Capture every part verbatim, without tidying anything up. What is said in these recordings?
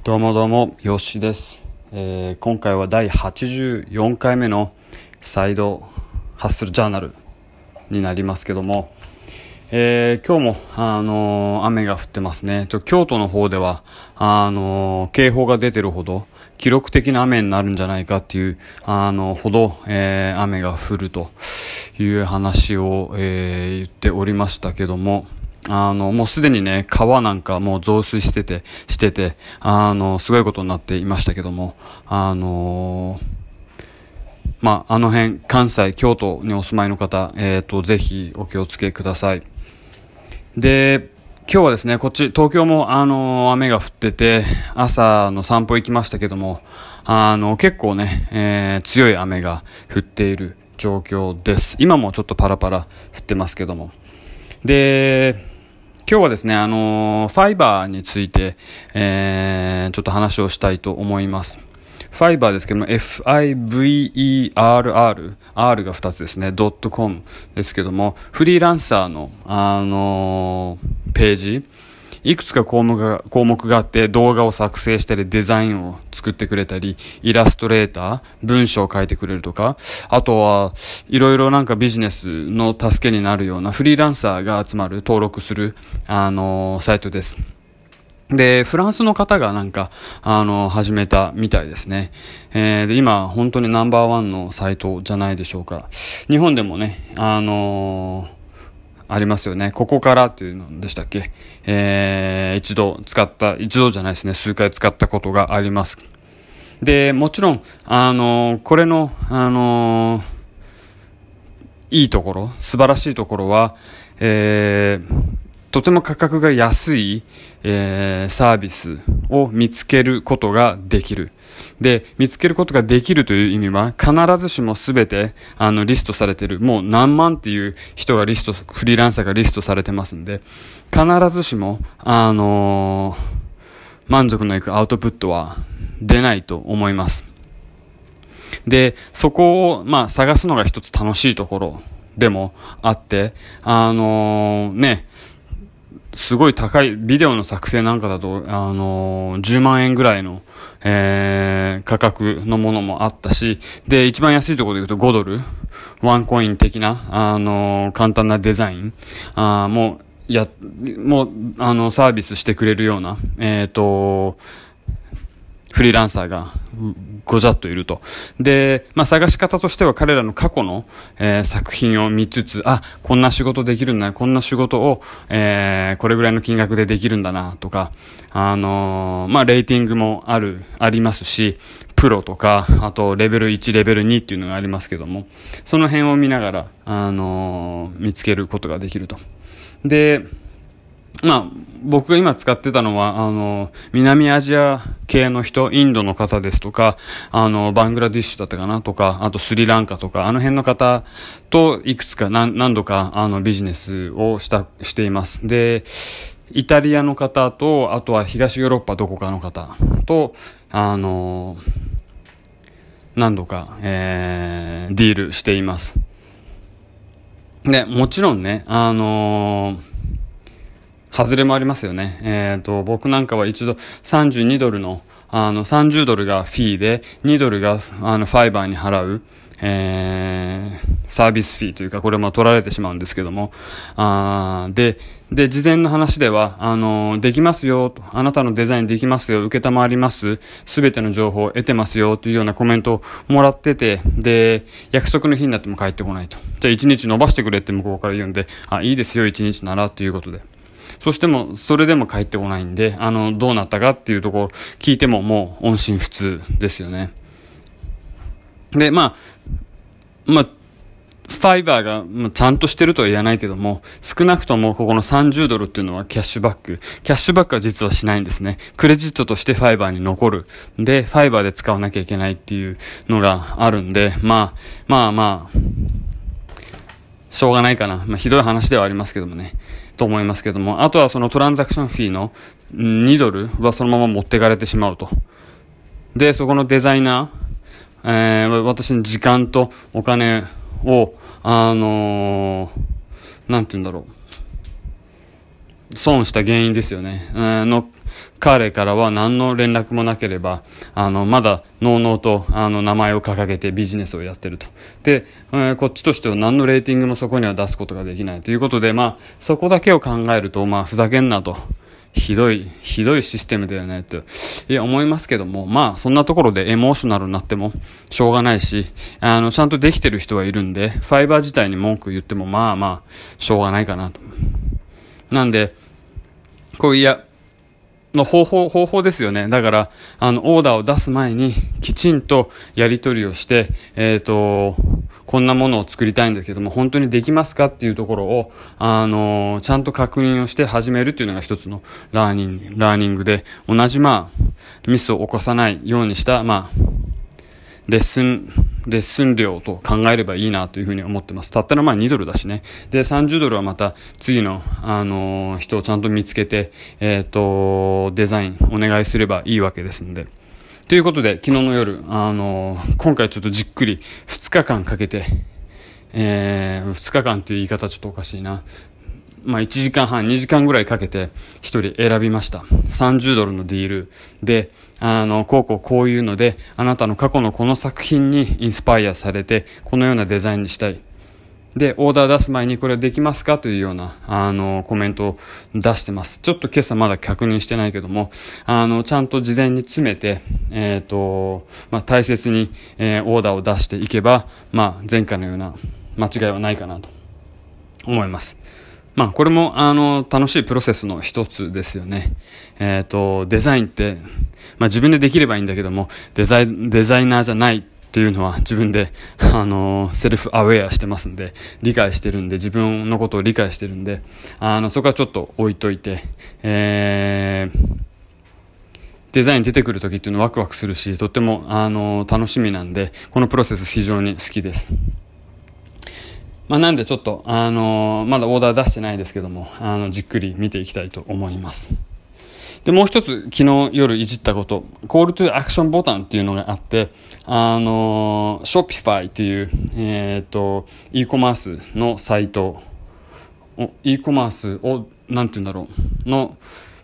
どうもどうも、よしです、えー、今回はだいはちじゅうよんかいめのサイドハッスルジャーナルになりますけども、えー、今日も、あのー、雨が降ってますね。と京都の方ではあのー、警報が出てるほど記録的な雨になるんじゃないかっていうあのほど、えー、雨が降るという話を、えー、言っておりましたけども、あの、もうすでにね、川なんかもう増水してて、してて、あの、すごいことになっていましたけども、あのー、まあ、あの辺、関西、京都にお住まいの方、えっと、ぜひお気をつけください。で、今日はですね、こっち、東京も、あのー、雨が降ってて、朝の散歩行きましたけども、あの、結構ね、えー、強い雨が降っている状況です。今もちょっとパラパラ降ってますけども。で、今日はですね、あのー、ファイバーについて、えー、ちょっと話をしたいと思います。ファイバーですけども、エフアイブイイーアールアール、R がふたつですね、ドットコムですけども、フリーランサーの、あのー、ページ、いくつか項目が、項目があって動画を作成したりデザインを作ってくれたりイラストレーター、文章を書いてくれるとか、あとはいろいろなんかビジネスの助けになるようなフリーランサーが集まる、登録する、あのー、サイトです。で、フランスの方がなんか、あの、始めたみたいですね。えー、で、今、本当にナンバーワンのサイトじゃないでしょうか。日本でもね、あのー、ありますよね。ここからっていうのでしたっけ、えー、一度使った、一度じゃないですね、数回使ったことがあります。で、もちろん、あのー、これの、あのー、いいところ、素晴らしいところは、えー、とても価格が安い、えー、サービスを見つけることができる。で、見つけることができるという意味は、必ずしもすべて、あの、リストされている。もう何万っていう人がリスト、フリーランサーがリストされてますんで、必ずしも、あのー、満足のいくアウトプットは出ないと思います。で、そこを、まあ、探すのが一つ楽しいところでもあって、あのー、ね、すごい高いビデオの作成なんかだと、あのー、じゅうまんえんぐらいの、えー、価格のものもあったし、で、一番安いところで言うとごドル、ワンコイン的な、あのー、簡単なデザイン、あもう、や、もう、あの、サービスしてくれるような、えっと、フリーランサーがごじゃっといると。で、まあ、探し方としては彼らの過去の、えー、作品を見つつ、あ、こんな仕事できるんだな、こんな仕事を、えー、これぐらいの金額でできるんだな、とか、あのー、まあ、レーティングもある、ありますし、プロとか、あとレベルいち、レベルにっていうのがありますけども、その辺を見ながら、あのー、見つけることができると。で、まあ、僕が今使ってたのは、あの、南アジア系の人、インドの方ですとか、あの、バングラディッシュだったかなとか、あとスリランカとか、あの辺の方といくつか何、何度か、あの、ビジネスをした、しています。で、イタリアの方と、あとは東ヨーロッパどこかの方と、あの、何度か、えー、ディールしています。で、もちろんね、あのー、外れもありますよね。えっと、僕なんかは一度さんじゅうにドルの、あの、さんじゅうドルがフィーで、にドルが、あの、ファイバーに払う、えー、サービスフィーというか、これも取られてしまうんですけども、あで、で、事前の話では、あの、できますよと、あなたのデザインできますよ、受けたまわります、すべての情報を得てますよ、というようなコメントをもらってて、で、約束の日になっても帰ってこないと。じゃあいちにち伸ばしてくれって向こうから言うんで、あ、いいですよ、いちにちなら、ということで。そしても、それでも帰ってこないんで、あの、どうなったかっていうところ聞いてももう音信不通ですよね。で、まあ、まあ、ファイバーが、まあ、ちゃんとしてるとは言わないけども、少なくともここのさんじゅうドルっていうのはキャッシュバック。キャッシュバックは実はしないんですね。クレジットとしてファイバーに残る。で、ファイバーで使わなきゃいけないっていうのがあるんで、まあ、まあまあ、しょうがないかな。まあ、ひどい話ではありますけどもね。と思いますけども。あとはそのトランザクションフィーのにドルはそのまま持ってかれてしまうと。で、そこのデザイナー、えー、私の時間とお金を、あのー、なんて言うんだろう。 損した原因ですよね。あの彼からは何の連絡もなければ、あの、まだ、のうのうと、あの、名前を掲げてビジネスをやってると。で、えー、こっちとしては何のレーティングもそこには出すことができないということで、まあ、そこだけを考えると、まあ、ふざけんなと。ひどい、ひどいシステムだよね、と、いや、思いますけども、まあ、そんなところでエモーショナルになっても、しょうがないし、あの、ちゃんとできてる人はいるんで、ファイバー自体に文句言っても、まあまあ、しょうがないかなと。なんで、こういや、の方法、方法ですよね。だから、あの、オーダーを出す前に、きちんとやり取りをして、えっと、こんなものを作りたいんですけども、本当にできますかっていうところを、あの、ちゃんと確認をして始めるっていうのが一つのラーニング、ラーニングで、同じ、まあ、ミスを起こさないようにした、まあ、レッスン、レッスン料と考えればいいなというふうに思ってます。たったのまあにドルだしね。で、さんじゅうドルはまた次の、あのー、人をちゃんと見つけて、えっと、デザインお願いすればいいわけですんで。ということで、昨日の夜、あのー、今回ちょっとじっくりふつかかんかけて、えー、ふつかかんという言い方ちょっとおかしいな。まあいちじかんはん、にじかんぐらいかけて一人選びました。さんじゅうドルのディールで、あの、こうこうこういうので、あなたの過去のこの作品にインスパイアされて、このようなデザインにしたい。で、オーダー出す前にこれできますかというような、あの、コメントを出してます。ちょっと今朝まだ確認してないけども、あの、ちゃんと事前に詰めて、えっと、まあ大切に、えー、オーダーを出していけば、まあ前回のような間違いはないかなと思います。まあこれもあの楽しいプロセスの一つですよね。えっとデザインってまあ自分でできればいいんだけどもデザイデザイナーじゃないっていうのは自分であのセルフアウェアしてますんで理解してるんで自分のことを理解してるんであのそこはちょっと置いといて、えー、デザイン出てくる時っていうのはワクワクするしとってもあの楽しみなんでこのプロセス非常に好きです。まあ、なんでちょっと、あのー、まだオーダー出してないですけども、あの、じっくり見ていきたいと思います。で、もう一つ、昨日夜いじったこと、コールトゥアクションボタンっていうのがあって、あのー、Shopify っていう、えっと、e コマースのサイト、e コマースを、なんて言うんだろう、の、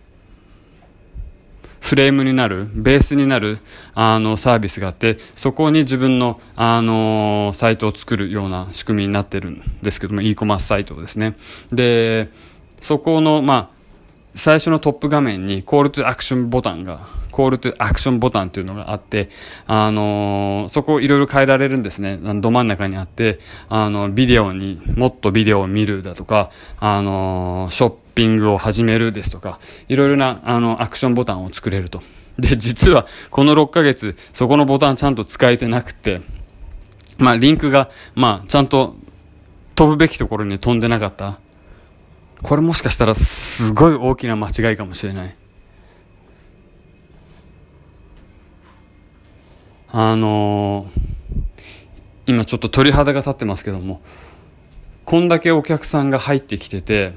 フレームになる、ベースになる、あの、サービスがあって、そこに自分の、あの、サイトを作るような仕組みになってるんですけども、e コマースサイトですね。で、そこの、まあ、最初のトップ画面に、コールトゥアクションボタンが、コールトゥアクションボタンっていうのがあって、あのー、そこをいろいろ変えられるんですね。ど真ん中にあって、あの、ビデオに、もっとビデオを見るだとか、あのー、ショッピングを始めるですとか、いろいろな、あの、アクションボタンを作れると。で、実は、このろっかげつ、そこのボタンちゃんと使えてなくて、まあ、リンクが、まあ、ちゃんと飛ぶべきところに飛んでなかった。これもしかしたら、すごい大きな間違いかもしれない。あのー、今ちょっと鳥肌が立ってますけども、こんだけお客さんが入ってきてて、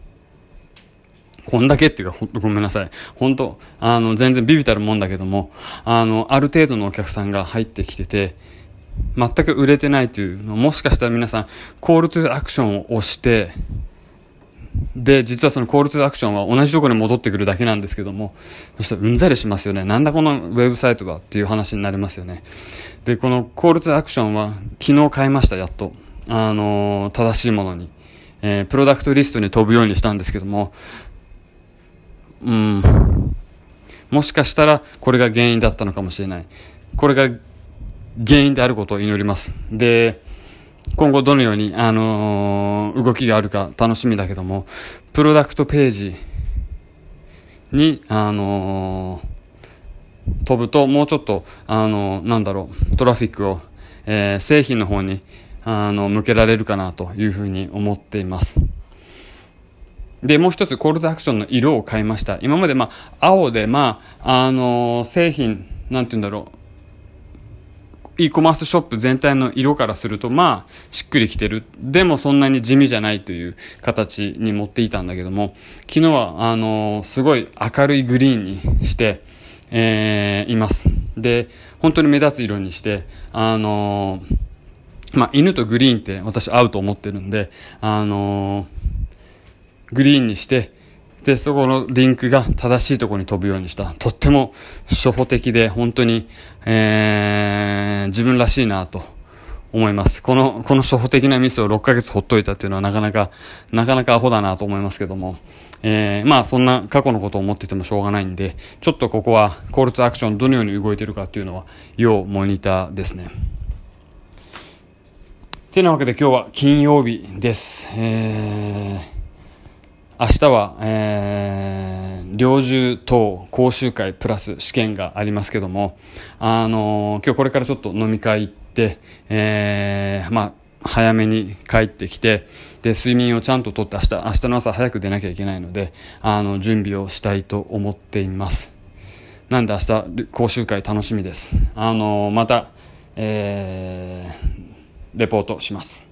こんだけっていうか、ほんとごめんなさい。本当あの、全然ビビたるもんだけども、あの、ある程度のお客さんが入ってきてて、全く売れてないというのもしかしたら皆さん、コールトゥアクションを押して、で、実はそのコールトゥアクションは同じところに戻ってくるだけなんですけども、そしたらうんざりしますよね。なんだこのウェブサイトはっていう話になりますよね。で、このコールトゥアクションは昨日変えました、やっと。あのー、正しいものに。えー、プロダクトリストに飛ぶようにしたんですけども、うん、もしかしたらこれが原因だったのかもしれない。これが原因であることを祈ります。で、今後どのように、あのー、動きがあるか楽しみだけども、プロダクトページに、あのー、飛ぶともうちょっと、あのー、なんだろう、トラフィックを、えー、製品の方に、あの、向けられるかなというふうに思っています。で、もう一つ、コールドアクションの色を変えました。今まで、まあ、青で、まあ、あのー、製品、なんて言うんだろう、e コマースショップ全体の色からするとまあしっくりきてる。でもそんなに地味じゃないという形に持っていたんだけども、昨日はあのー、すごい明るいグリーンにして、えー、います。で、本当に目立つ色にして、あのー、まあ犬とグリーンって私合うと思ってるんで、あのー、グリーンにして、 で、そこのリンクが正しいところに飛ぶようにした。とっても初歩的で、本当に、えー、自分らしいなと思います。この、この初歩的なミスをろっかげつほっといたっていうのはなかなか、なかなかアホだなと思いますけども、えー、まあそんな過去のことを思っててもしょうがないんで、ちょっとここはコールとアクションどのように動いているかっていうのは要モニターですね。てなわけで今日は金曜日です。えー明日は、えー、猟銃等講習会プラス試験がありますけども、あのー、今日これからちょっと飲み会行って、えー、まあ、早めに帰ってきて、で、睡眠をちゃんととって明日、明日の朝早く出なきゃいけないので、あの、準備をしたいと思っています。なんで明日、講習会楽しみです。あのー、また、えー、レポートします。